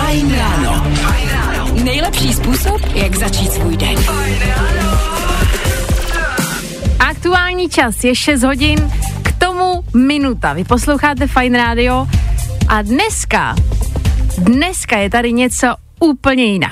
Fajn ráno. Nejlepší způsob, jak začít svůj den. Aktuální čas je 6 hodin, k tomu minuta. Vy posloucháte Fajn rádio a dneska je tady něco úplně jinak.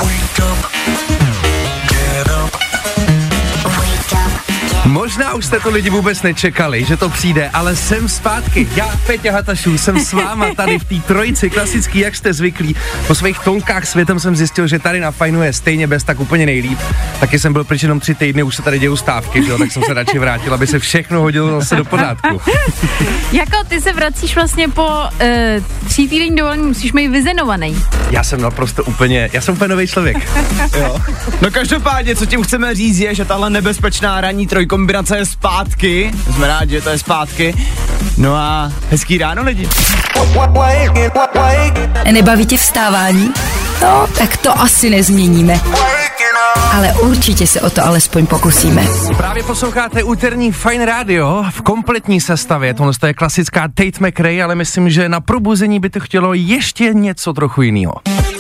Možná už jste to lidi vůbec nečekali, že to přijde, ale jsem zpátky. Já, Peťa Hatašů, jsem s váma tady v té trojici klasický, jak jste zvyklí. Po svých tonkách světem jsem zjistil, že tady na Fajnu je stejně bez tak úplně nejlíp. Taky jsem byl pryč jenom 3 týdny, už se tady dějou stávky, že jo, tak jsem se radši vrátil, aby se všechno hodilo zase do pořádku. Jako ty se vracíš vlastně po 3 týdenní dovolení, musíš mít vyzenovaný. Já jsem úplně nový člověk. Jo. No každopádně, co tím chceme říct je, že tahle nebezpečná ranní trojkombinace je zpátky. Jsme rádi, že to je zpátky. No a hezký ráno, lidi. Nebaví tě vstávání? No, tak to asi nezměníme. Ale určitě se o to alespoň pokusíme. Právě posloucháte úterní Fajn rádio v kompletní sestavě. Tohle je klasická Tate McRae, ale myslím, že na probuzení by to chtělo ještě něco trochu jiného.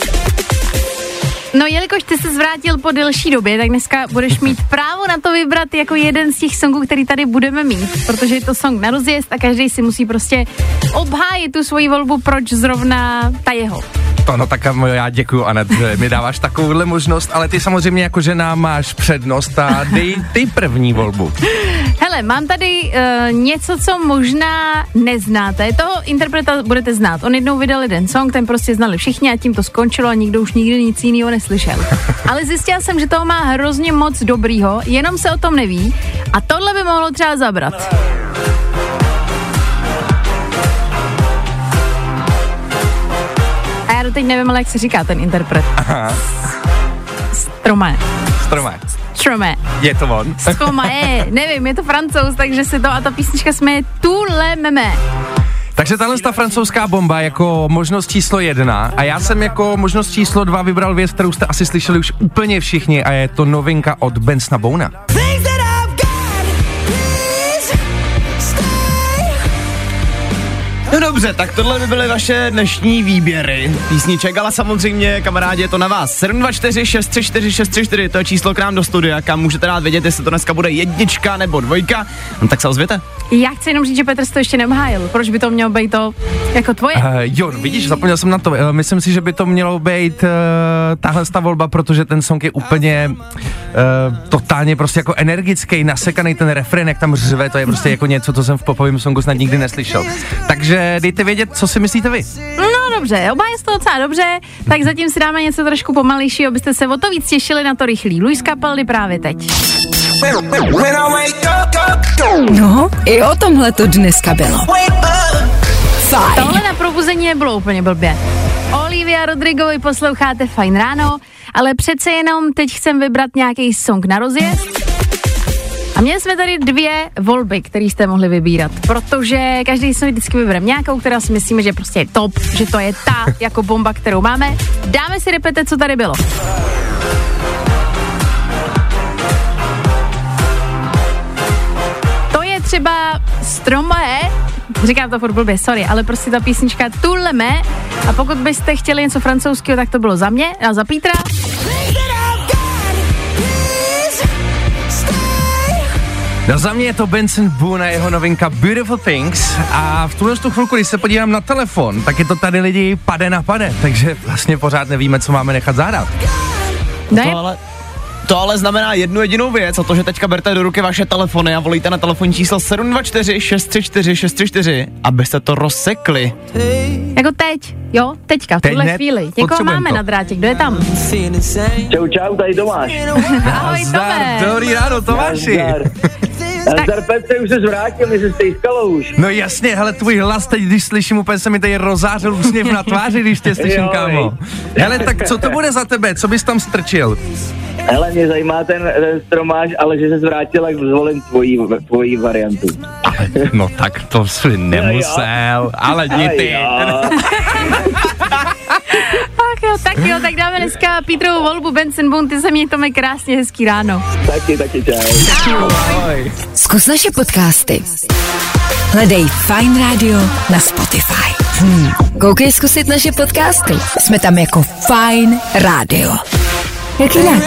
No, jelikož ty se zvrátil po delší době, tak dneska budeš mít právo na to vybrat jako jeden z těch songů, který tady budeme mít, protože je to song na rozjezd a každý si musí prostě obhájit tu svoji volbu, proč zrovna ta jeho. No tak já děkuju, Anet, že mi dáváš takovouhle možnost, ale ty samozřejmě jako žena máš přednost a dej první volbu. Hele, mám tady něco, co možná neznáte. Toho interpreta budete znát. On jednou vydal jeden song, ten prostě znali všichni a tím to skončilo a nikdo už nikdy nic jiného neslyšel. Ale zjistila jsem, že toho má hrozně moc dobrýho, jenom se o tom neví a tohle by mohlo třeba zabrat. A já doteď nevím, ale jak se říká ten interpret. Aha. Stromae. Je to on. Stromae, nevím, je to Francouz, takže se to a ta písnička se jmenuje Tu le meme. Takže tahle ta francouzská bomba jako možnost číslo 1 a já jsem jako možnost číslo 2 vybral věc, kterou jste asi slyšeli už úplně všichni a je to novinka od Bensona Bowna. No dobře, tak tohle by byly vaše dnešní výběry písniček, ale samozřejmě, kamarádi, je to na vás. 724 634 634, to je číslo k nám do studia, kam můžete rád vědět, jestli to dneska bude 1 nebo 2, no tak se ozvěte. Já chci jenom říct, že Petr to ještě neobhájil, proč by to mělo být to jako tvoje? Jo, vidíš, zapomněl jsem na to, myslím si, že by to mělo být tahle volba, protože ten song je úplně totálně prostě jako energický, nasekaný ten refrén, jak tam řve, to je prostě jako něco, co jsem v popovém songu snad nikdy neslyšel. Takže dejte vědět, co si myslíte vy. No dobře, oba je to docela dobře, tak zatím si dáme něco trošku pomalejšího, abyste se o to víc těšili na to rychlý. Luis Capaldi právě teď. No, i o tomhle to dneska bylo. Fajn. Tohle na probuzení nebylo úplně blbě. Olivia Rodrigovi posloucháte Fajn ráno, ale přece jenom teď chcem vybrat nějaký song na rozjezd. A měli jsme tady 2 volby, které jste mohli vybírat, protože každý si vždycky vybereme nějakou, která si myslíme, že prostě je top, že to je ta jako bomba, kterou máme. Dáme si repete, co tady bylo. To je třeba Stromae, říkám to furt blbě, sorry, ale prostě ta písnička Tu le meme, a pokud byste chtěli něco francouzského, tak to bylo za mě a za Petra. No za mě je to Benson Boone a jeho novinka Beautiful Things a v tuhle chvilku, když se podívám na telefon, tak je to tady lidi pade na pade, takže vlastně pořád nevíme, co máme nechat zahrát. To ale znamená jednu jedinou věc, a to, že teďka berte do ruky vaše telefony a volíte na telefonní číslo 724 634 634, abyste to rozsekli. Jako teď, jo, teďka, v tuhle chvíli. Někoho máme to na drátě, kdo je tam? Čau, tady Tomáš. Ahoj, Tome. Dobrý ráno, Tomáši. Nazdar Petře, už se zvrátil, my se stejskalo už. No jasně, hele, tvůj hlas teď, když slyším, úplně se mi tady rozářil úsměv na tváři, když tě slyším, kámo. Hele, tak co to bude za tebe, co bys tam strčil? Hele, mě zajímá ten Stromáš, ale že se zvrátil, tak zvolím tvojí variantu. No tak to si nemusel, ale díky. Tak jo, tak dáme dneska Petrovu volbu Benson Boone, ty se mě Tome krásně, hezký ráno. Taky, čau. Zkus naše podcasty. Hledej Fajn Radio na Spotify. Koukej zkusit naše podcasty. Jsme tam jako Fajn Radio. Jak jinak?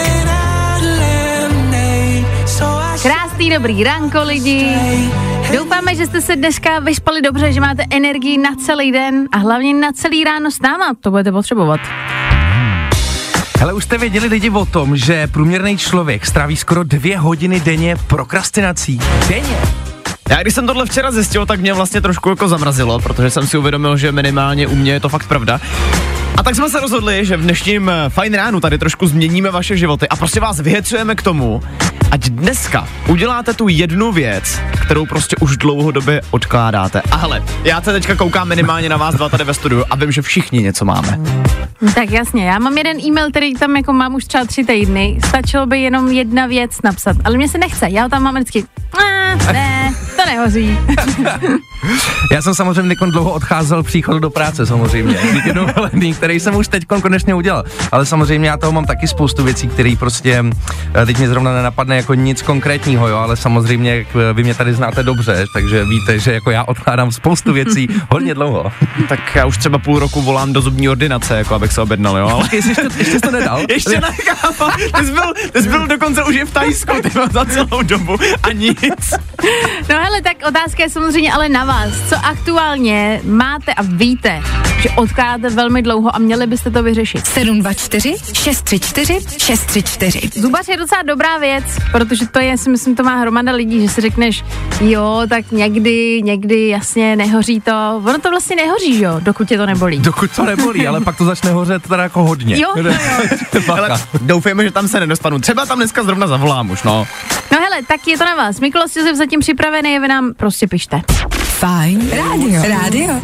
Krásný dobrý ránko lidi. Doufáme, že jste se dneska vyspali dobře, že máte energii na celý den a hlavně na celý ráno s náma. To budete potřebovat. Hele, už jste věděli lidi o tom, že průměrný člověk stráví skoro 2 hodiny denně prokrastinací. Denně. Já když jsem tohle včera zjistil, tak mě vlastně trošku jako zamrazilo, protože jsem si uvědomil, že minimálně u mě je to fakt pravda. A tak jsme se rozhodli, že v dnešním Fajn ránu tady trošku změníme vaše životy a prostě vás vyhecujeme k tomu, ať dneska uděláte tu jednu věc, kterou prostě už dlouhodobě odkládáte. A hele, já se teďka koukám minimálně na vás dva tady ve studiu a vím, že všichni něco máme. Tak jasně, já mám jeden e-mail, který tam jako mám už třeba 3 týdny, stačilo by jenom jedna věc napsat, ale mě se nechce, já ho tam mám vždycky, ne, to nehoří. Já jsem samozřejmě dlouho odcházel příchodu do práce samozřejmě, díky dovolený, který jsem už teď konečně udělal, ale samozřejmě já toho mám taky spoustu věcí, které prostě teď mě zrovna nenapadne jako nic konkrétního, jo, ale samozřejmě vy mě tady znáte dobře, takže víte, že jako já odkládám spoustu věcí hodně dlouho. Tak já už třeba půl roku volám do zubní ordinace, jako abych se objednal, jo, ale... Ještě to nedal? Ještě nechápám, ty jsi byl dokonce už i v Thajsku, za celou dobu a nic. No hele, tak otázka je samozřejmě ale na vás. Co aktuálně máte a víte, že odkládáte velmi dlouho a měli byste to vyřešit? 724 634 634. Zubař je docela dobrá věc, protože to je, si myslím, to má hromada lidí, že si řekneš, jo, tak někdy jasně nehoří to. Ono to vlastně nehoří, jo, dokud tě to nebolí. Dokud to nebolí, ale pak to začne hořet teda jako hodně. Jo. Ale doufejme, že tam se nedostanu. Třeba tam dneska zrovna zavolám už, no. No hele, tak je to na vás. Mikuláš Josef zatím připravený, vy nám prostě pište. Fajn Radio.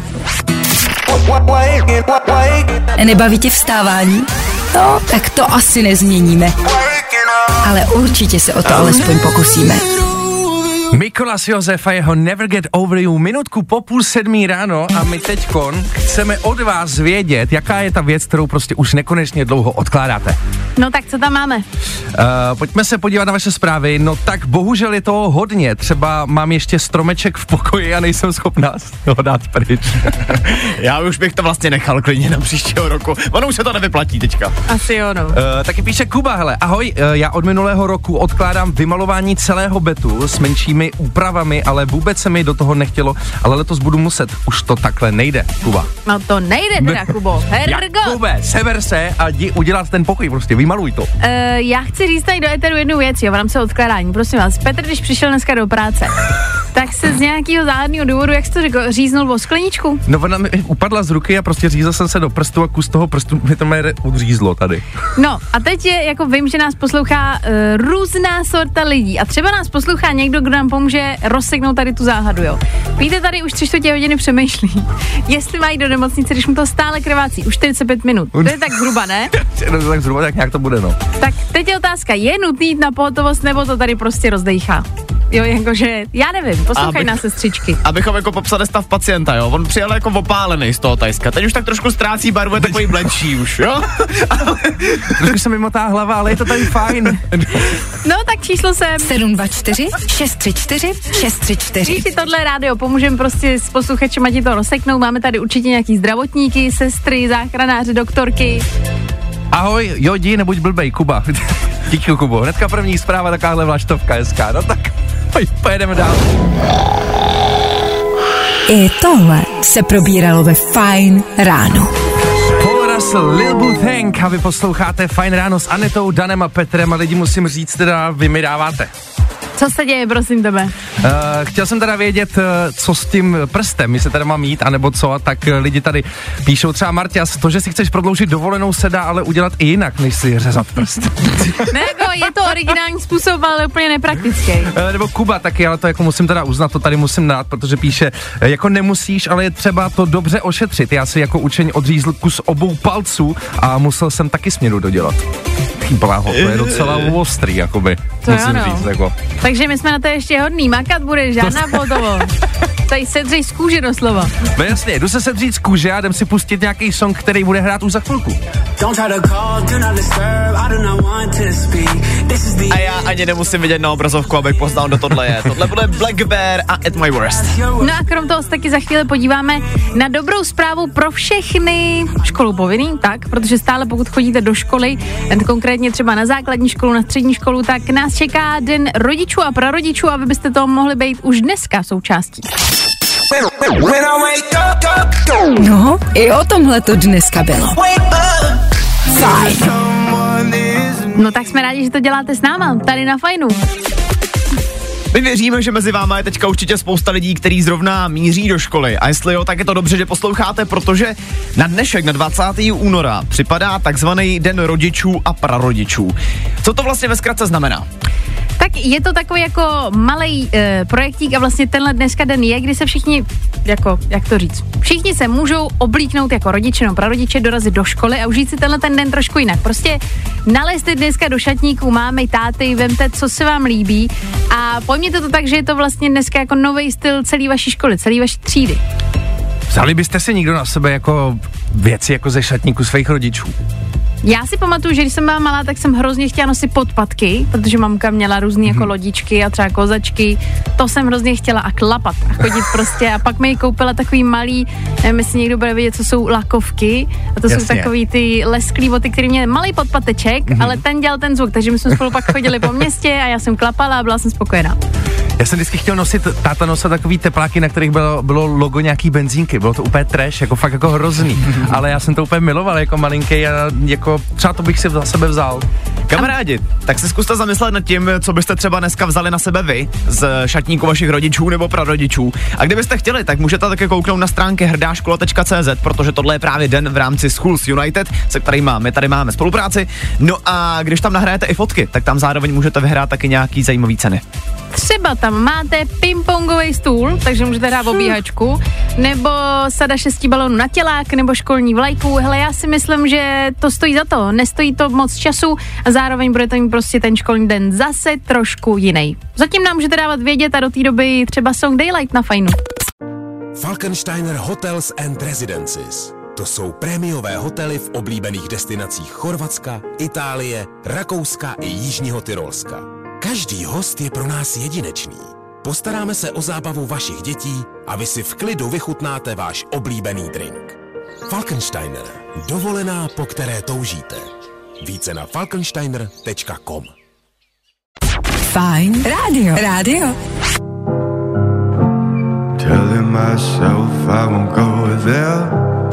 Nebaví tě vstávání? No, tak to asi nezměníme. Ale určitě se o to alespoň pokusíme. Mikuláš Josef a jeho Never Get Over You, minutku po 6:30 ráno a my teďkon chceme od vás vědět, jaká je ta věc, kterou prostě už nekonečně dlouho odkládáte. No tak co tam máme? Pojďme se podívat na vaše zprávy, no tak bohužel je toho hodně, třeba mám ještě stromeček v pokoji a nejsem schopná ho dát pryč. Já už bych to vlastně nechal klidně na příštího roku, ono už se to nevyplatí teďka. Asi jo, no. Taky píše Kuba, hele, ahoj, já od minulého roku odkládám vymalování celého bytu s menšími úpravami, ale vůbec se mi do toho nechtělo, ale letos budu muset, už to takhle nejde, Kuba. No to nejde teda, Kubo, hergo. Jakube, seber se a jdi udělat ten pokoj, prostě vymaluj to. Já chci říct tady do éteru jednu věc, jo, v rámci odkládání, prosím vás, Petr, když přišel dneska do práce, tak se z nějakého záhadného důvodu, jak jsi to řekl, říznul o skleničku? No ona mi upadla z ruky a prostě řízl jsem se do prstu a kus toho prstu mi to odřízlo tady. No a teď je, jako vím, že nás poslouchá různá sorta lidí a třeba nás poslouchá někdo, kdo nám pomůže rozseknout tady tu záhadu, jo. Víte, tady už 3/4 hodiny přemýšlí, jestli mají do nemocnice, když mu to stále krvácí, už 45 minut. To je tak zhruba, ne? No, tak zhruba, tak nějak to bude, no. Tak teď je otázka, je nutný jít na pohotovost, nebo to tady prostě rozdejchá? Jo, jakože, já nevím, poslouchaj nás, sestřičky. Abychom jako popsali stav pacienta, jo, on přijel jako opálený z toho Thajska, teď už tak trošku ztrácí barvu, je takový bledší už, jo? Trošku se mi motá hlava, ale je to tady fajn. No, tak číslo sem. 724 634 634. Když si tohle rádio pomůžeme prostě s posluchačem, ať ti to rozseknou, máme tady určitě nějaký zdravotníky, sestry, záchranáři, doktorky. Ahoj, jodi, nebuď blbej, Kuba. Díky, Kubo. Hnedka první zpráva, takáhle vlaštovka hezká. No tak, pojedeme dál. I tohle se probíralo ve Fajn ráno. Paul Russell, Lil Boo Thang a vy posloucháte Fajn ráno s Anetou, Danem a Petrem a lidi musím říct teda, vy mi dáváte. Co se děje, prosím tebe? Chtěl jsem teda vědět, co s tím prstem, jestli teda mám mít, anebo co, tak lidi tady píšou třeba Marťas, to, že si chceš prodloužit dovolenou, se dá ale udělat i jinak, než si řezat prst. Ne, jako je to originální způsob, ale úplně nepraktický. Nebo Kuba taky, ale to jako musím teda uznat, to tady musím dát, protože píše, jako nemusíš, ale je třeba to dobře ošetřit. Já si jako učeň odřízl kus obou palců a musel jsem taky směru dodělat. Bláho, to je docela ostrý, jakoby, to musím říct, jako. Takže my jsme na to ještě hodný, makat bude, žádná pohotovost. Tady sedřej z kůže doslova. No jasně, jdu se sedřít z kůže a jdem si pustit nějaký song, který bude hrát už za chvilku. A já ani nemusím vidět na obrazovku, abych poznal, kdo tohle je. Tohle bude Black Bear a At My Worst. No a krom toho se taky za chvíli podíváme na dobrou zprávu pro všechny školu povinný, tak, protože stále pokud chodíte do školy, konkrétně třeba na základní školu, na střední školu, tak nás čeká den rodičů a prarodičů a vy byste toho mohli být už dneska součástí. No, i o tomhle to dneska bylo. Fajn. No tak jsme rádi, že to děláte s náma, tady na Fajnu. My věříme, že mezi váma je teďka určitě spousta lidí, kteří zrovna míří do školy. A jestli jo, tak je to dobře, že posloucháte, protože na dnešek, na 20. února, připadá takzvaný den rodičů a prarodičů. Co to vlastně ve zkratce znamená? Tak je to takový jako malej projektík a vlastně tenhle dneska den je, kdy se všichni, jako, jak to říct, všichni se můžou oblíknout jako rodiče nebo prarodiče, dorazit do školy a užít si tenhle ten den trošku jinak. Prostě nalezte dneska do šatníku mámy, táty, vemte, co se vám líbí a pojměte to tak, že je to vlastně dneska jako nový styl celé vaší školy, celé vaší třídy. Vzali byste si někdo na sebe jako věci jako ze šatníku svých rodičů? Já si pamatuju, že když jsem byla malá, tak jsem hrozně chtěla nosit podpatky, protože mamka měla různý jako lodičky a třeba kozačky. To jsem hrozně chtěla a klapat a chodit prostě. A pak mi ji koupila takový malý, nevím, jestli někdo bude vědět, co jsou lakovky. A to jsou takový ty lesklý boty, který měly malý podpateček, ale ten dělal ten zvuk, takže my jsme spolu pak chodili po městě a já jsem klapala a byla jsem spokojená. Já jsem vždycky chtěl nosit, táta nosil takový tepláky, na kterých bylo logo nějaký benzínky. Bylo to úplně trash, jako fakt jako hrozný. Ale já jsem to úplně miloval jako malinký a jako třeba to bych si za sebe vzal. Kamarádi, tak si zkuste zamyslet nad tím, co byste třeba dneska vzali na sebe vy z šatníku vašich rodičů nebo prarodičů. A kdybyste chtěli, tak můžete také kouknout na stránky hrdáškola.cz, protože tohle je právě den v rámci Schools United, se kterým my tady máme spolupráci. No a když tam nahrajete i fotky, tak tam zároveň můžete vyhrát taky nějaký zajímavý ceny. Třeba tam máte pingpongový stůl, takže můžete hrát obíhačku, nebo sada 6 balónů na tělák, nebo školní vlajku. Hele, já si myslím, že to stojí za to. Nestojí to moc času a zároveň budete mít prostě ten školní den zase trošku jiný. Zatím nám můžete dávat vědět a do té doby třeba Song Daylight na Fajnu. Falkensteiner Hotels and Residences. To jsou prémiové hotely v oblíbených destinacích Chorvatska, Itálie, Rakouska i Jižního Tyrolska. Každý host je pro nás jedinečný. Postaráme se o zábavu vašich dětí a vy si v klidu vychutnáte váš oblíbený drink. Falkensteiner. Dovolená, po které toužíte. Více na falkensteiner.com. Fajn rádio. Telling myself I won't go there.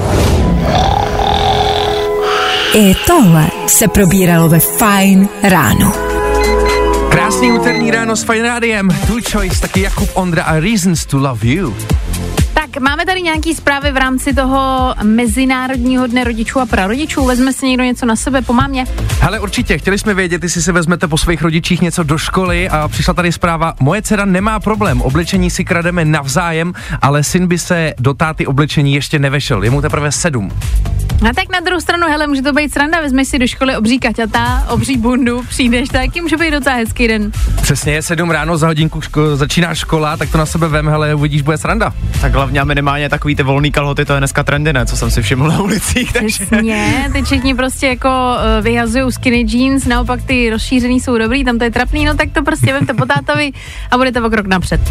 I tohle se probíralo ve Fajn ráno. Krásný úterní ráno s Fajn rádiem. Two Choice, taky Jakub Ondra a Reasons to Love You. Tak máme tady nějaký zprávy v rámci toho Mezinárodního dne rodičů a prarodičů. Vezme si někdo něco na sebe po mámě? Hele, určitě, chtěli jsme vědět, jestli si vezmete po svých rodičích něco do školy a přišla tady zpráva, moje dcera nemá problém, oblečení si krademe navzájem, ale syn by se do táty oblečení ještě nevešel, je mu teprve 7. A tak na druhou stranu, hele, může to být sranda, vezmeš si do školy obří kaťata, obří bundu, přijdeš, taky může být docela hezký den. Přesně, je 7 ráno, za hodinku začíná škola, tak to na sebe vem, hele, uvidíš, bude sranda. Tak hlavně minimálně takový ty volný kalhoty, to je dneska trendy, ne, co jsem si všiml na ulicích, takže... Přesně, ty všichni prostě jako vyhazují skinny jeans, naopak ty rozšířený jsou dobrý, tam to je trapný, no tak to prostě vemte po tátovi a budete o krok napřed.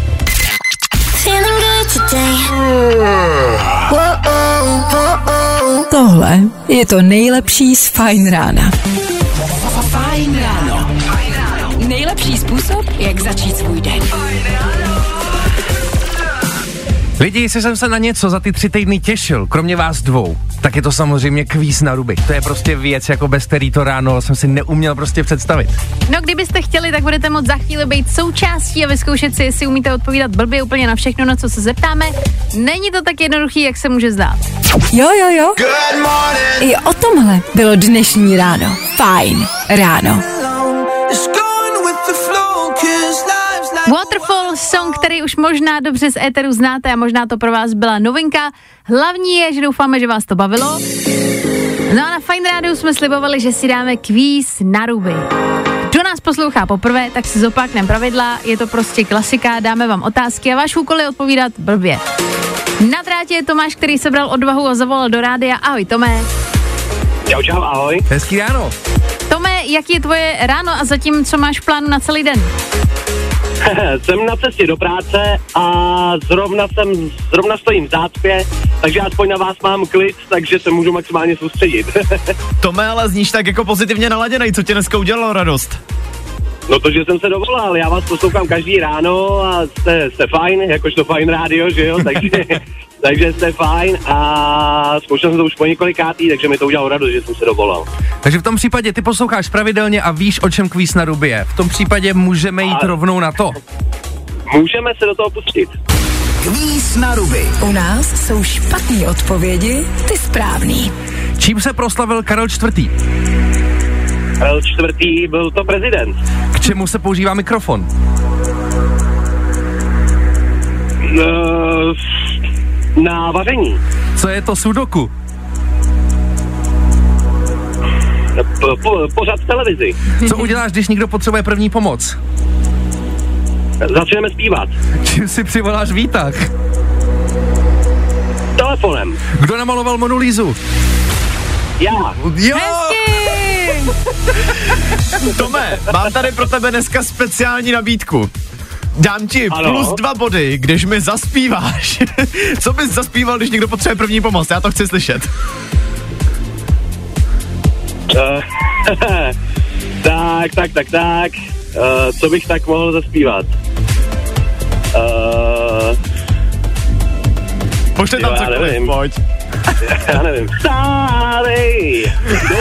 Tohle je to nejlepší z Fajn rána. Fajn ráno. Nejlepší způsob, jak začít svůj den. Lidi, jestli jsem se na něco za ty 3 týdny těšil, kromě vás dvou, tak je to samozřejmě kvíz na ruby. To je prostě věc, jako bez který to ráno jsem si neuměl prostě představit. No, kdybyste chtěli, tak budete moct za chvíli být součástí a vyzkoušet si, jestli umíte odpovídat blbě úplně na všechno, na co se zeptáme. Není to tak jednoduchý, jak se může zdát. Jo. I o tomhle bylo dnešní ráno. Fajn ráno. Waterfall, song, který už možná dobře z éteru znáte a možná to pro vás byla novinka. Hlavní je, že doufáme, že vás to bavilo. No a na Fajn rádiu jsme slibovali, že si dáme kvíz na ruby. Kdo nás poslouchá poprvé, tak si zopakneme pravidla, je to prostě klasika, dáme vám otázky a váš úkol je odpovídat blbě. Na drátě je Tomáš, který sebral odvahu a zavolal do rádia. Ahoj Tomé. Čau, ahoj. Hezký ráno. Tomé, jaký je tvoje ráno a zatím, co máš v plánu na celý den? Jsem na cestě do práce a zrovna stojím v zácpě, takže aspoň na vás mám klid, takže se můžu maximálně soustředit. Tome, ale zníš tak jako pozitivně naladěnej, co tě dneska udělalo radost? No to, že jsem se dovolal, já vás poslouchám každý ráno a jste fajn, jakožto Fajn rádio, že jo, takže jste fajn a zkoušel jsem to už po několikátý, takže mi to udělalo radost, že jsem se dovolal. Takže v tom případě ty posloucháš pravidelně a víš, o čem kvíz na ruby je. V tom případě můžeme jít rovnou na to. Můžeme se do toho pustit. Kvíz na ruby. U nás jsou špatné odpovědi, ty správný. Čím se proslavil Karel IV? Karel IV. Byl to prezident. K čemu se používá mikrofon? Na vaření. Co je to sudoku? Pořád v televizi. Co uděláš, když někdo potřebuje první pomoc? Začneme zpívat. Čím si přivoláš výtah? Telefonem. Kdo namaloval Monu Lízu? Já. Jo! Tome, mám tady pro tebe dneska speciální nabídku. Dám ti plus 2 body, když mi zaspíváš. Co bys zaspíval, když někdo potřebuje první pomoc? Já to chci slyšet. Tak. Co bych tak mohl zaspívat? Pošli tam cokoliv, pojď. Já nevím. Stávej!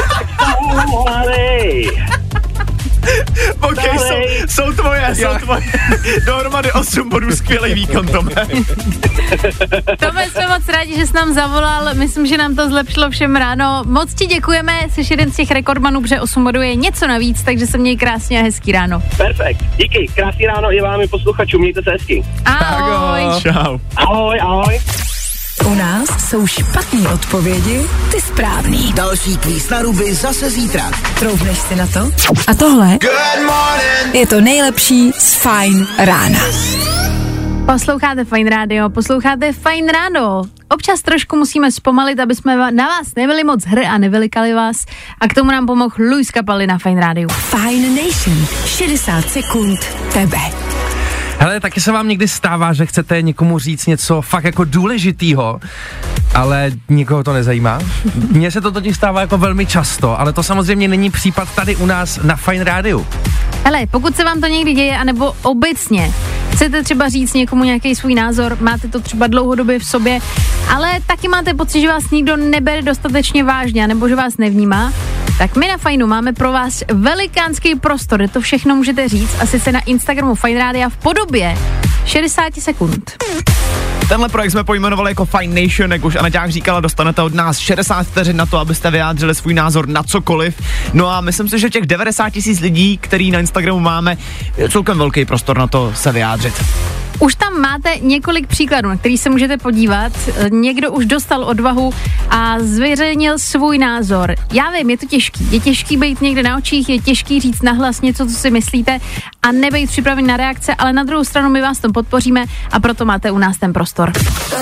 OK, jsou tvoje. Dohromady 8 bodů, skvělý výkon, Tome. Tome, jsme moc rádi, že jsi nám zavolal, myslím, že nám to zlepšilo všem ráno. Moc ti děkujeme, jsi jeden z těch rekordmanů, protože 8 bodů je něco navíc, takže se měj krásně a hezký ráno. Perfekt, díky, krásný ráno i vám i posluchačům, mějte se hezky. Ahoj. Čau. Ahoj. U nás jsou špatné odpovědi, ty správný. Další kvíz na ruby zase zítra. Troufneš si na to? A tohle je to nejlepší z Fajn rána. Posloucháte Fajn rádio, posloucháte Fajn ráno. Občas trošku musíme zpomalit, aby jsme na vás nebyli moc hry a nevylikali vás. A k tomu nám pomohl Luis Capaldi na Fajn rádiu. Fajn Nation, 60 sekund tebe. Hele, taky se vám někdy stává, že chcete někomu říct něco fakt jako důležitýho, ale nikoho to nezajímá? Mně se to totiž stává jako velmi často, ale to samozřejmě není případ tady u nás na Fajn rádiu. Hele, pokud se vám to někdy děje, anebo obecně chcete třeba říct někomu nějaký svůj názor, máte to třeba dlouhodobě v sobě, ale taky máte pocit, že vás nikdo nebere dostatečně vážně, nebo že vás nevnímá, tak my na Fajnu máme pro vás velikánský prostor, kde to všechno můžete říct, a sice na Instagramu Fajn rádia v podobě 60 sekund. Tenhle projekt jsme pojmenovali jako Fine Nation, jak už Anaťák říkala, dostanete od nás 60 vteřin na to, abyste vyjádřili svůj názor na cokoliv. No a myslím si, že těch 90 000 lidí, který na Instagramu máme, je celkem velký prostor na to se vyjádřit. Už tam máte několik příkladů, na který se můžete podívat. Někdo už dostal odvahu a zveřejnil svůj názor. Já vím, je to těžký. Je těžký být někde na očích, je těžký říct nahlas něco, co si myslíte a nebejt připraven na reakce, ale na druhou stranu my vás tom podpoříme a proto máte u nás ten prostor.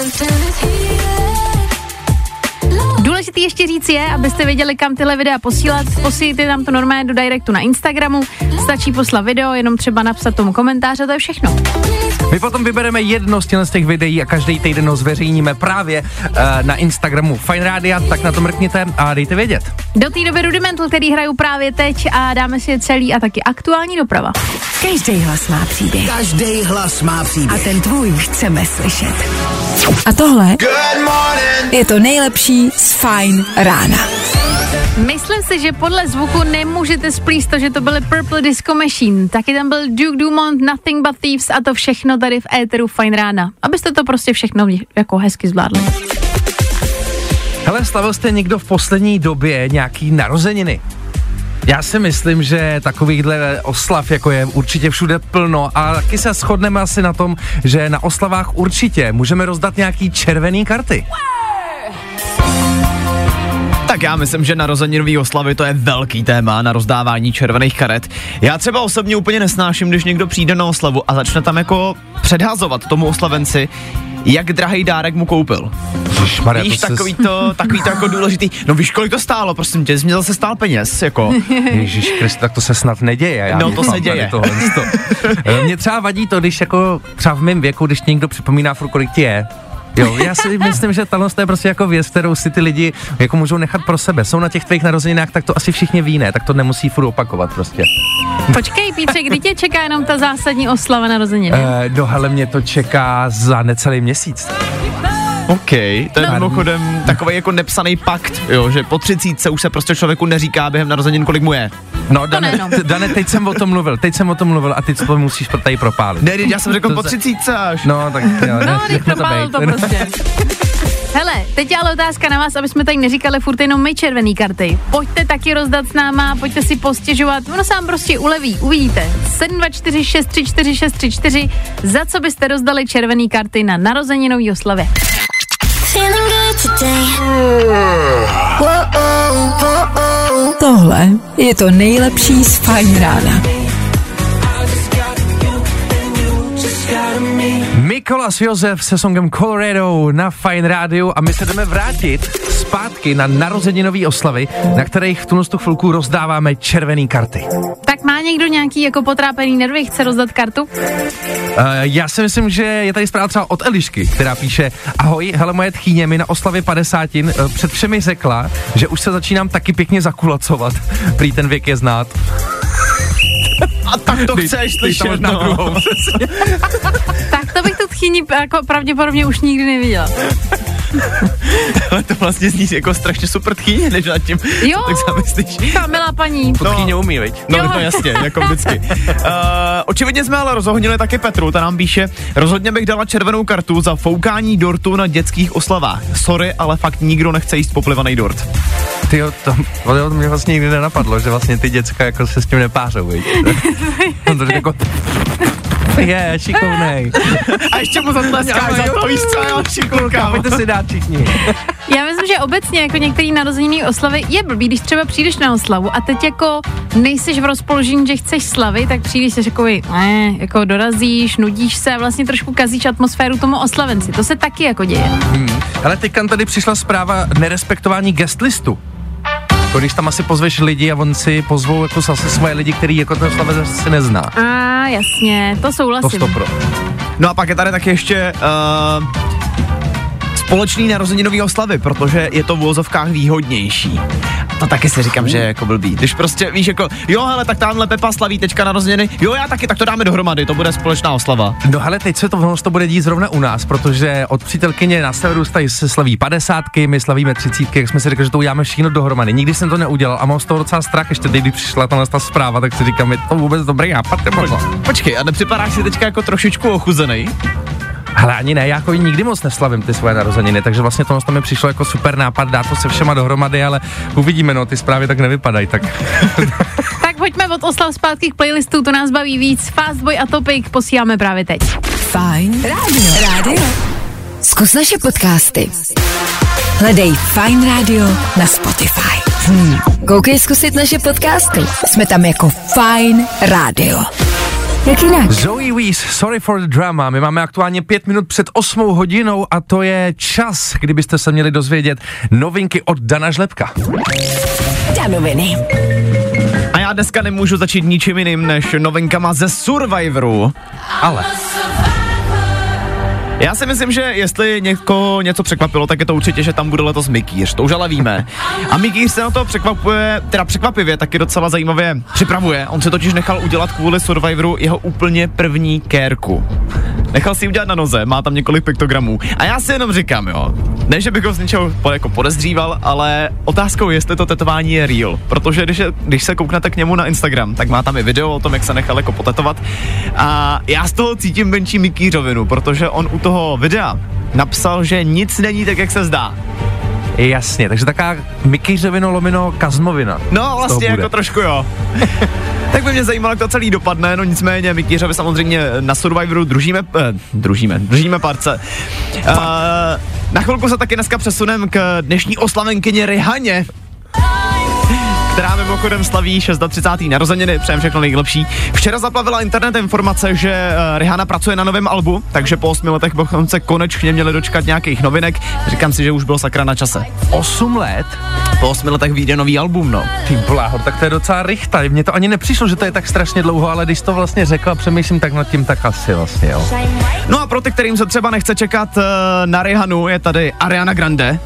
Důležitý ještě říct je, abyste věděli, kam tyhle videa posílat. Posílejte nám to normálně do directu na Instagramu. Stačí poslat video, jenom třeba napsat tomu komentář a to je všechno. My potom vybereme jedno z těch videí a každý týden ho zveřejníme právě na Instagramu Fajn rádia, tak na to mrkněte a dejte vědět. Do té doby Rudimental, který hraju právě teď a dáme si je celý a taky aktuální doprava. Každý hlas má příběh. Každý hlas má příběh. A ten tvůj chceme slyšet. A tohle je to nejlepší z Fajn rána. Myslím si, že podle zvuku nemůžete splíst to, že to byly Purple Disco Machine. Taky tam byl Duke Dumont, Nothing But Thieves a to všechno tady v éteru Fajn rána. Abyste to prostě všechno jako hezky zvládli. Hele, slavil jste někdo v poslední době nějaký narozeniny? Já si myslím, že takovýchhle oslav jako je určitě všude plno a taky se shodneme asi na tom, že na oslavách určitě můžeme rozdat nějaký červený karty. Tak já myslím, že narozeninový oslavy to je velký téma na rozdávání červených karet. Já třeba osobně úplně nesnáším, když někdo přijde na oslavu a začne tam jako předhazovat tomu oslavenci, jak drahý dárek mu koupil. Ježišmarja, víš, takový to jako důležitý. No víš, kolik to stálo, prosím tě, jsi mě zase stál peněz, jako. Ježíš Kriste, tak to se snad neděje. No to se děje. Mě třeba vadí to, když jako třeba v mém věku, když někdo připomíná furt, kolik ti je. Jo, já si myslím, že to je prostě jako věc, kterou si ty lidi jako můžou nechat pro sebe. Jsou na těch tvých narozeninách, tak to asi všichni ví, ne? Tak to nemusí furt opakovat prostě. Počkej, Pítře, kdy tě čeká jenom ta zásadní oslava narozenin? Hele, mě to čeká za necelý měsíc. OK, to je mimochodem takový jako nepsaný pakt, jo, že po 30 už se prostě člověku neříká během narozenin, kolik mu je. No, Dane, teď jsem o tom mluvil a ty to musíš tady propálit. Ne, já jsem řekl po 30 až. No, tak jo, teď propálil to prostě. Hele, teď je ale otázka na vás, aby jsme tady neříkali furt jenom my červený karty. Pojďte taky rozdat s náma, pojďte si postěžovat, ono se vám prostě uleví, uvidíte. 724 634 634, za co byste rozdali červený karty na narozeninový oslavě. Tohle je to nejlepší z Fajn rána. Mikolas Josef se songem Colorado na Fajn rádiu a my se jdeme vrátit zpátky na narozeninový oslavy, na kterých v tuhle chvilku rozdáváme červený karty. Tak má někdo nějaký jako potrápený nervy, chce rozdat kartu? Já si myslím, že je tady zpráva třeba od Elišky, která píše: ahoj, hele, moje tchýně mi na oslavě 50 před všemi řekla, že už se začínám taky pěkně zakulacovat. Prý ten věk je znát. A tak to chceš slyšet, na druhou. Tak to bych tu tchýni jako pravděpodobně už nikdy neviděla. Ale to vlastně zní jako strašně super tchýně, než nad tím, jo, tak zamyslíš. Ta milá paní. To tchýně umí, viď? No jasně, jako vždycky. Očividně jsme ale rozohnili taky Petru, ta nám píše: rozhodně bych dala červenou kartu za foukání dortu na dětských oslavách. Sorry, ale fakt nikdo nechce jíst poplivaný dort. Tyjo, to mě vlastně nikdy nenapadlo, že vlastně ty děcka jako se s tím nepářou, viď? On to jako... Je, šikovnej. A ještě mu zatleskáš za to, víš co, jo, šikulka. Pojďte si dát všichni. Já myslím, že obecně jako některý narozeninný oslavy je blbý, když třeba přijdeš na oslavu a teď jako nejseš v rozpoložení, že chceš slavy, tak přijdeš se takový, jako dorazíš, nudíš se a vlastně trošku kazíš atmosféru tomu oslavenci. To se taky jako děje. Ale teďka tady přišla zpráva nerespektování guest listu. Jako když tam asi pozveš lidi a on si pozvou jako zase svoje lidi, který jako ten oslavec si nezná. Jasně, to souhlasím. To 100%. No a pak je tady taky ještě společný narozeninový oslavy, protože je to v uvozovkách výhodnější. To taky si říkám, že je jako blbý. Když prostě víš jako, jo hele, tak tamhle Pepa slaví teďka narozeniny, jo já taky, tak to dáme dohromady, to bude společná oslava. No hele, teď se to bude dít zrovna u nás, protože od přítelkyně na severu tady se slaví 50, my slavíme 30, jak jsme si řekli, že to uděláme všechno dohromady. Nikdy jsem to neudělal a mám z toho docela strach, ještě když přišla ta zpráva, tak si říkám, je to vůbec dobrý nápad. Počkej, a nepřipadáš si teďka jako trošičku ochuzenej? Hele, ani ne, já jako nikdy moc neslavím ty svoje narozeniny, takže vlastně to mi přišlo jako super nápad dát to se všema dohromady, ale uvidíme, no, ty zprávy tak nevypadají, tak... Tak pojďme od oslav zpátky k playlistu, to nás baví víc. Fastboy a Topic posíláme právě teď. Fajn rádio. Zkus naše podcasty. Hledej Fajn rádio na Spotify. Koukej zkusit naše podcasty. Jsme tam jako Fajn rádio. Jak jinak? Zoe Wees, Sorry for the Drama. My máme aktuálně 5 minut před 8 hodinou a to je čas, kdybyste se měli dozvědět novinky od Dana Žlepka. Danoviny. A já dneska nemůžu začít ničím jiným než novinkama ze Survivoru. Ale... Já si myslím, že jestli někoho něco překvapilo, tak je to určitě, že tam bude letos Mikýř, to už ale víme. A Mikýř se na to překvapivě taky docela zajímavě připravuje. On si totiž nechal udělat kvůli Survivoru jeho úplně první kérku. Nechal si ji udělat na noze, má tam několik piktogramů. A já si jenom říkám, jo, ne, že bych ho z něčeho jako podezříval, ale otázkou je, jestli to tetování je real. Protože když se kouknete k němu na Instagram, tak má tam i video o tom, jak se nechal jako potetovat. A já z toho cítím menší Mikýřovinu, protože on u toho videa napsal, že nic není tak, jak se zdá. Jasně, takže taková Mikýřovino lomino Kazmovina. No vlastně jako trošku jo. Tak by mě zajímalo, jak to celý dopadne, no nicméně Mikýřovi samozřejmě na Survivoru držíme parce. Na chvilku se taky dneska přesuneme k dnešní oslavenkyni Rihaně. která mimochodem slaví 36. narozeniny, přejem všechno nejlepší. Včera zaplavila internet informace, že Rihanna pracuje na novém albu, takže po 8 letech bychom se konečně měli dočkat nějakých novinek. Říkám si, že už bylo sakra na čase. 8 let? Po 8 letech vyjde nový album, no. Ty bláho, tak to je docela rychta. Mně to ani nepřišlo, že to je tak strašně dlouho, ale když to vlastně řekla, přemýšlím tak nad tím, tak asi vlastně, jo. No a pro ty, kterým se třeba nechce čekat na Rihannu, je tady Ariana Grande,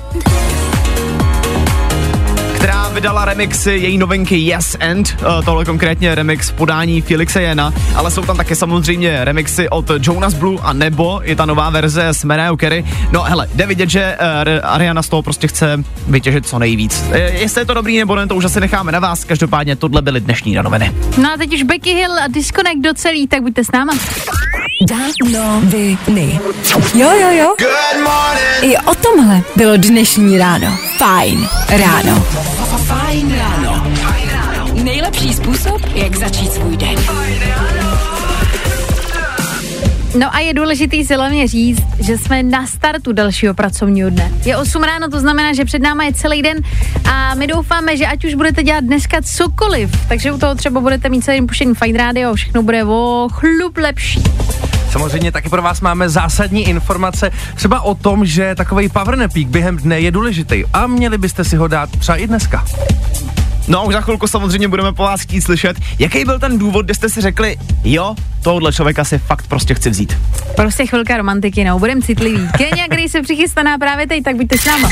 která vydala remixy její novinky Yes and, tohle konkrétně remix v podání Felixe Jena, ale jsou tam také samozřejmě remixy od Jonas Blue a nebo je ta nová verze s Mariah Carey. No hele, jde vidět, že Ariana z toho prostě chce vytěžit co nejvíc. Jestli je to dobrý nebo ne, to už asi necháme na vás, každopádně tohle byly dnešní noviny. No a teď už Becky Hill a Disconnect do celý, tak buďte s náma. Noviny. Jo. Good morning. I o tomhle bylo dnešní ráno. Fajn ráno. Fajn ráno. Nejlepší způsob, jak začít svůj den. No a je důležitý si hlavně říct, že jsme na startu dalšího pracovního dne. Je 8 ráno, to znamená, že před náma je celý den a my doufáme, že ať už budete dělat dneska cokoliv, takže u toho třeba budete mít celý den puštěný Fajn rádio a všechno bude o chlup lepší. Samozřejmě taky pro vás máme zásadní informace, třeba o tom, že takovej power napík během dne je důležitý a měli byste si ho dát třeba i dneska. No a už za chvilku samozřejmě budeme po vás chtít slyšet, jaký byl ten důvod, kde jste si řekli, jo, tohle člověka si fakt prostě chci vzít. Prostě chvilka romantiky, no, budem citlivý. Kenya, který se přichystaná právě teď, tak buďte s náma.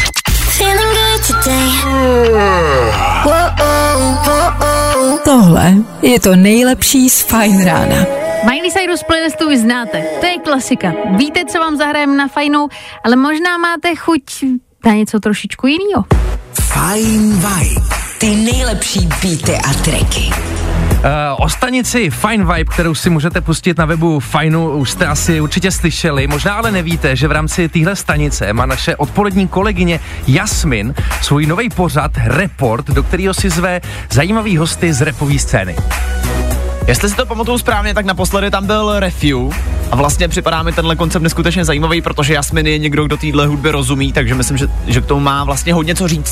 Tohle je to nejlepší z Fajn rána. Miley Cyrus playlistu vy znáte, to je klasika. Víte, co vám zahrajeme na Fajnu, ale možná máte chuť na něco trošičku jinýho. Fajn vibe. Ty nejlepší beaty a tracky. O stanici Fine Vibe, kterou si můžete pustit na webu Fajnu, už jste asi určitě slyšeli, možná ale nevíte, že v rámci téhle stanice má naše odpolední kolegyně Jasmin svůj nový pořad Report, do kterého si zve zajímavý hosty z rapové scény. Jestli si to pamatuju správně, tak naposledy tam byl Refue a vlastně připadá mi tenhle koncept neskutečně zajímavý, protože Jasmin je někdo, kdo téhle hudbě rozumí, takže myslím, že k tomu má vlastně hodně co říct.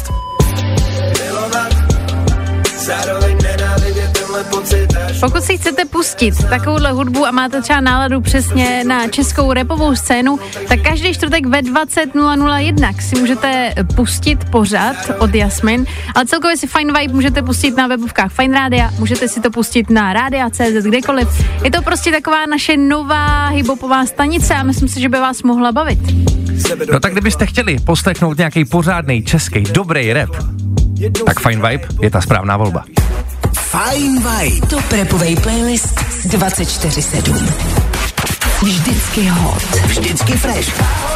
Pokud si chcete pustit takovouhle hudbu a máte třeba náladu přesně na českou rapovou scénu, tak každý čtvrtek ve 20:01 si můžete pustit pořad od Jasmin, ale celkově si Fine Vibe můžete pustit na webovkách Fine Rádia, můžete si to pustit na Rádia.cz, kdekoliv. Je to prostě taková naše nová hiphopová stanice a myslím si, že by vás mohla bavit. No tak kdybyste chtěli poslechnout nějaký pořádný český dobrý rap, tak Fine Vibe je ta správná volba. Fajn vibe. Top rapovej playlist 24/7. Vždycky hot. Vždycky fresh.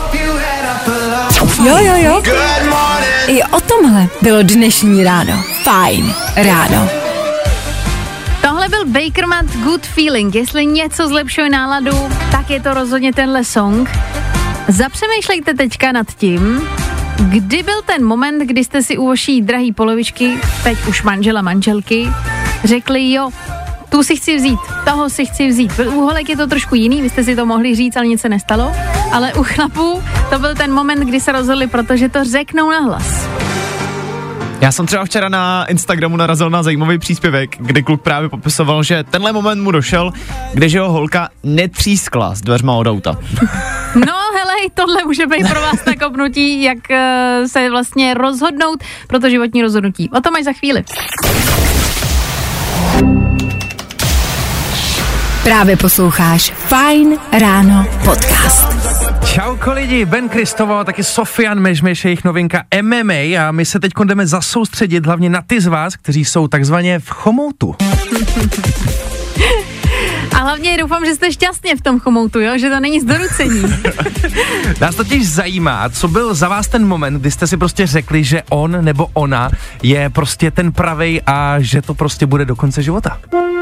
Jo. I o tomhle bylo dnešní ráno. Fajn ráno. Tohle byl Bakermat Good Feeling. Jestli něco zlepšuje náladu, tak je to rozhodně tenhle song. Zapřemýšlejte teďka nad tím, kdy byl ten moment, kdy jste si u vaší drahý polovičky, teď už manžela, manželky, řekli jo, tu si chci vzít, toho si chci vzít. U holek je to trošku jiný, vy jste si to mohli říct, ale nic se nestalo, ale u chlapů to byl ten moment, kdy se rozhodli, protože to řeknou nahlas. Já jsem třeba včera na Instagramu narazil na zajímavý příspěvek, kdy kluk právě popisoval, že tenhle moment mu došel, když jeho holka netřískla s dveřma od auta. No hele, tohle může být pro vás nakopnutí, jak se vlastně rozhodnout pro to životní rozhodnutí. O tom až za chvíli. Právě posloucháš Fajn ráno podcast. Čauko lidi, Ben Kristovo a taky Sofian Mežmeš, jejich novinka MMA a my se teď jdeme zasoustředit hlavně na ty z vás, kteří jsou takzvaně v chomoutu. A hlavně doufám, že jste šťastně v tom chomoutu, jo? Že to není z dorucení. Nás totiž zajímá, co byl za vás ten moment, kdy jste si prostě řekli, že on nebo ona je prostě ten pravej a že to prostě bude do konce života.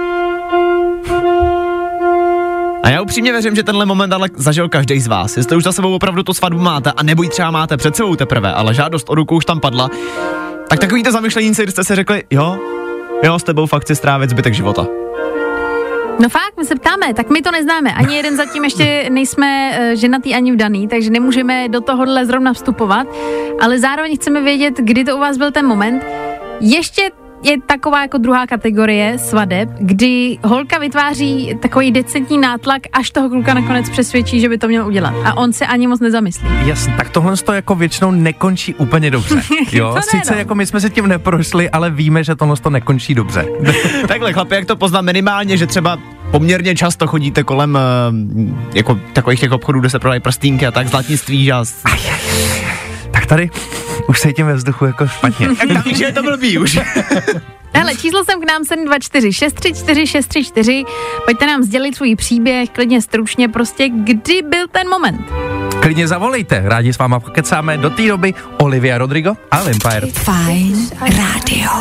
A já upřímně věřím, že tenhle moment ale zažil každý z vás. Jestli už za sebou opravdu tu svatbu máte a nebo ji třeba máte před sebou teprve, ale žádost o ruku už tam padla, tak takovýto zamyšlení si, kdy jste si řekli, jo, s tebou fakt chci strávit zbytek života. No fakt, my se ptáme, tak my to neznáme. Ani jeden zatím ještě nejsme ženatý ani vdaný, takže nemůžeme do tohohle zrovna vstupovat, ale zároveň chceme vědět, kdy to u vás byl ten moment. Ještě je taková jako druhá kategorie svadeb, kdy holka vytváří takový decentní nátlak, až toho kluka nakonec přesvědčí, že by to měl udělat. A on se ani moc nezamyslí. Jasně, tak tohle to jako většinou nekončí úplně dobře. Jo, sice jako my jsme se tím neprošli, ale víme, že tohle to nekončí dobře. Takhle, chlapi, jak to poznám minimálně, že třeba poměrně často chodíte kolem jako takových těch obchodů, kde se prodají prstínky a tak, zlatnictví, žás. Tak tady už se tím ve vzduchu jako špatně. Tak víš, že je to blbý už. Hele, číslo jsem k nám 724 634 634. Pojďte nám sdělit svůj příběh, klidně stručně, prostě kdy byl ten moment. Klidně zavolejte, rádi s váma pokecáme. Do té doby Olivia Rodrigo a Vampire. Fajn rádio.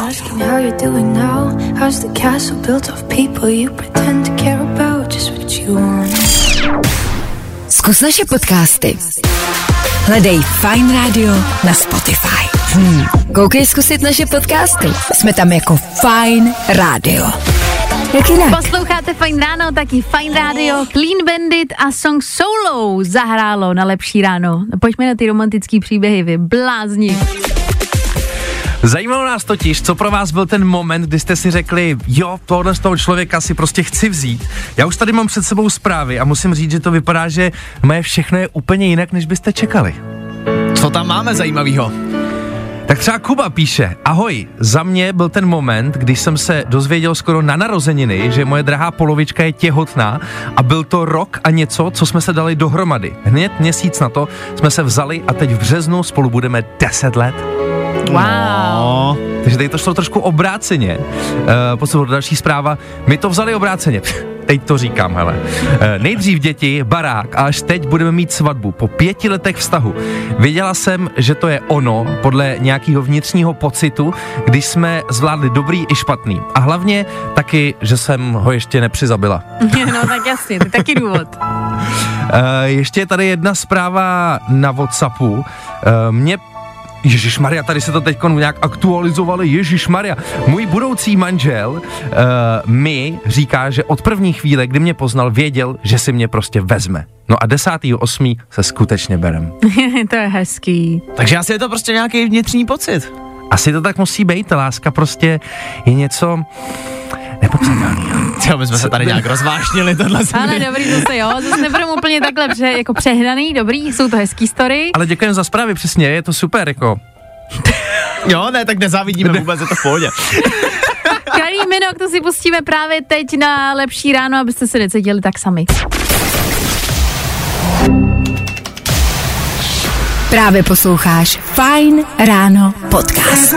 Zkus naše podcasty. Hledej Fajn rádio na Spotify. Koukej zkusit naše podcasty. Jsme tam jako Fajn rádio. Jak jinak? Posloucháte Fajn ráno, taky Fajn rádio, Clean Bandit a song Solo zahrálo na Lepší ráno. Pojďme na ty romantický příběhy, vy blázni. Zajímalo nás totiž, co pro vás byl ten moment, kdy jste si řekli, jo, tohle z toho člověka si prostě chci vzít. Já už tady mám před sebou zprávy a musím říct, že to vypadá, že moje všechno je úplně jinak, než byste čekali. Co tam máme zajímavého? Tak třeba Kuba píše, ahoj, za mě byl ten moment, když jsem se dozvěděl skoro na narozeniny, že moje drahá polovička je těhotná a byl to rok a něco, co jsme se dali dohromady. Hned měsíc na to jsme se vzali a teď v březnu spolu budeme 10 let. Wow. Takže tady to šlo trošku obráceně. Poslední další zpráva, my to vzali obráceně. Teď to říkám, hele. Nejdřív děti, barák a až teď budeme mít svatbu po 5 letech vztahu. Věděla jsem, že to je ono, podle nějakého vnitřního pocitu, když jsme zvládli dobrý i špatný. A hlavně taky, že jsem ho ještě nepřizabila. No tak jasně, to je taky důvod. Ještě je tady jedna zpráva na WhatsAppu. Ježišmarja, tady se to teď nějak aktualizovali, ježišmarja. Můj budoucí manžel mi říká, že od první chvíle, kdy mě poznal, věděl, že si mě prostě vezme. No a 10.8. se skutečně berem. To je hezký. Takže asi je to prostě nějaký vnitřní pocit. Asi to tak musí být, ta láska prostě je něco nepopsatelného. My jsme se tady nějak rozvášnili tohle. Ale dobrý, zase jo, zase nebudeme úplně takhle jako přehnaný, dobrý, jsou to hezký story. Ale děkujem za zprávy, přesně, je to super, jako. Jo, ne, tak nezávidíme vůbec, je to v pohodě. Kylie Minogue, to si pustíme právě teď na Lepší ráno, abyste se necítili tak sami. Právě posloucháš Fajn ráno podcast.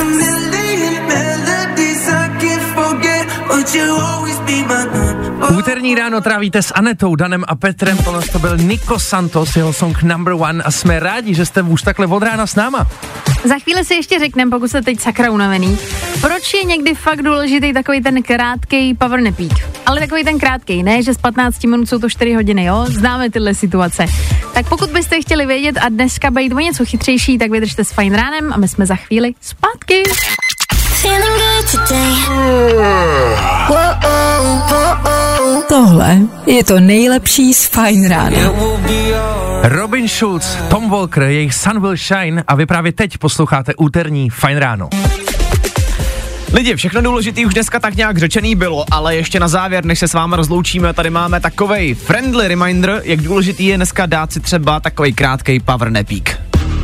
Úterní ráno trávíte s Anetou, Danem a Petrem, tohle to byl Nico Santos, jeho song Number One a jsme rádi, že jste už takhle od rána s náma. Za chvíli si ještě řekneme, pokud jste teď sakra unavený, proč je někdy fakt důležitý takový ten krátkej power napík. Ale takový ten krátkej, ne, že z 15 minut jsou to 4 hodiny, jo, známe tyhle situace. Tak pokud byste chtěli vědět a dneska být o něco chytřejší, tak vydržte s Fajn ránem a my jsme za chvíli zpátky. Tohle je to nejlepší z Fajn rána. Robin Schulz, Tom Walker, jejich Sun Will Shine a vy právě teď posloucháte úterní Fajn ráno. Lidi, všechno důležitý už dneska tak nějak řečený bylo, ale ještě na závěr, než se s vámi rozloučíme, tady máme takovej friendly reminder, jak důležitý je dneska dát si třeba takovej krátkej power napík.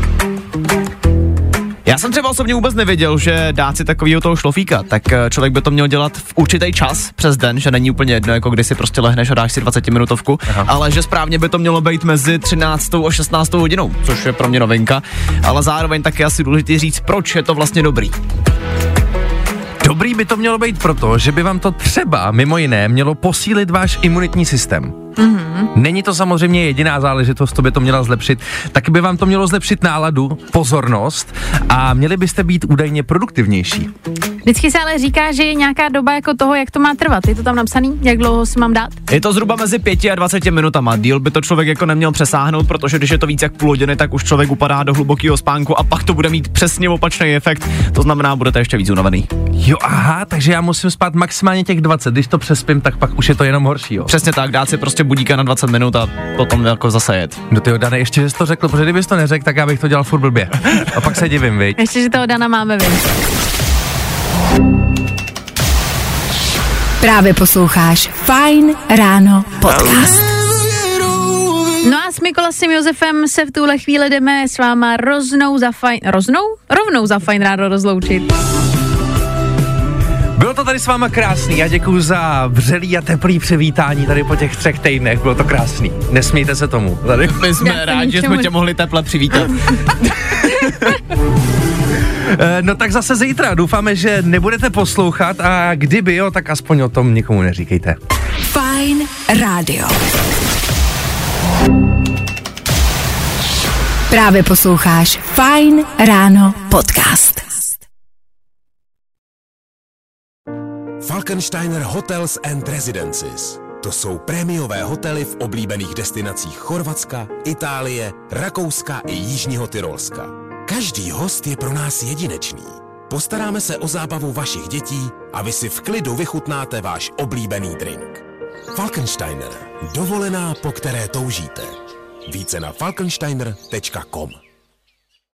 Já jsem třeba osobně vůbec nevěděl, že dát si takovýho toho šlofíka, tak člověk by to měl dělat v určitý čas přes den, že není úplně jedno, jako když si prostě lehneš a dáš si 20-minutovku, ale že správně by to mělo být mezi 13. a 16. hodinou, což je pro mě novinka, ale zároveň taky asi důležitý říct, proč je to vlastně dobrý. Dobrý by to mělo být proto, že by vám to třeba, mimo jiné, mělo posílit váš imunitní systém. Není to samozřejmě jediná záležitost, to by to měla zlepšit, taky by vám to mělo zlepšit náladu, pozornost a měli byste být údajně produktivnější. Vždycky se ale říká, že je nějaká doba jako toho, jak to má trvat. Je to tam napsaný? Jak dlouho si mám dát? Je to zhruba mezi 5 a 20 minutama. Díl by to člověk jako neměl přesáhnout, protože když je to víc jak půl hodiny, tak už člověk upadá do hlubokého spánku a pak to bude mít přesně opačný efekt. To znamená, budete ještě víc unavený. Jo, aha, takže já musím spát maximálně těch 20. Když to přespím, tak pak už je to jenom horší, jo. Přesně tak, dát si prostě budíka na 20 minut a potom jako zase jet. No tyjo, Dane, ještě že jsi to řekl, protože kdybys to neřekl, tak já bych to dělal furt blbě. A pak se divím, viď? Ještě, že toho Dana máme, viď? Právě posloucháš Fajn ráno podcast. No a s Mikolasem Josefem se v tuhle chvíli jdeme s váma rovnou za Fajn ráno rozloučit. Bylo to tady s váma krásný, já děkuju za vřelý a teplý přivítání tady po těch 3 týdnech, bylo to krásný, nesmějte se tomu. Tady. My jsme rádi, že jsme tě mohli teple přivítat. No tak zase zítra, doufáme, že nebudete poslouchat a kdyby jo, tak aspoň o tom nikomu neříkejte. Fajn rádio. Právě posloucháš Fajn ráno podcast. Falkensteiner Hotels and Residences. To jsou prémiové hotely v oblíbených destinacích Chorvatska, Itálie, Rakouska i Jižního Tyrolska. Každý host je pro nás jedinečný. Postaráme se o zábavu vašich dětí a vy si v klidu vychutnáte váš oblíbený drink. Falkensteiner. Dovolená, po které toužíte. Více na falkensteiner.com.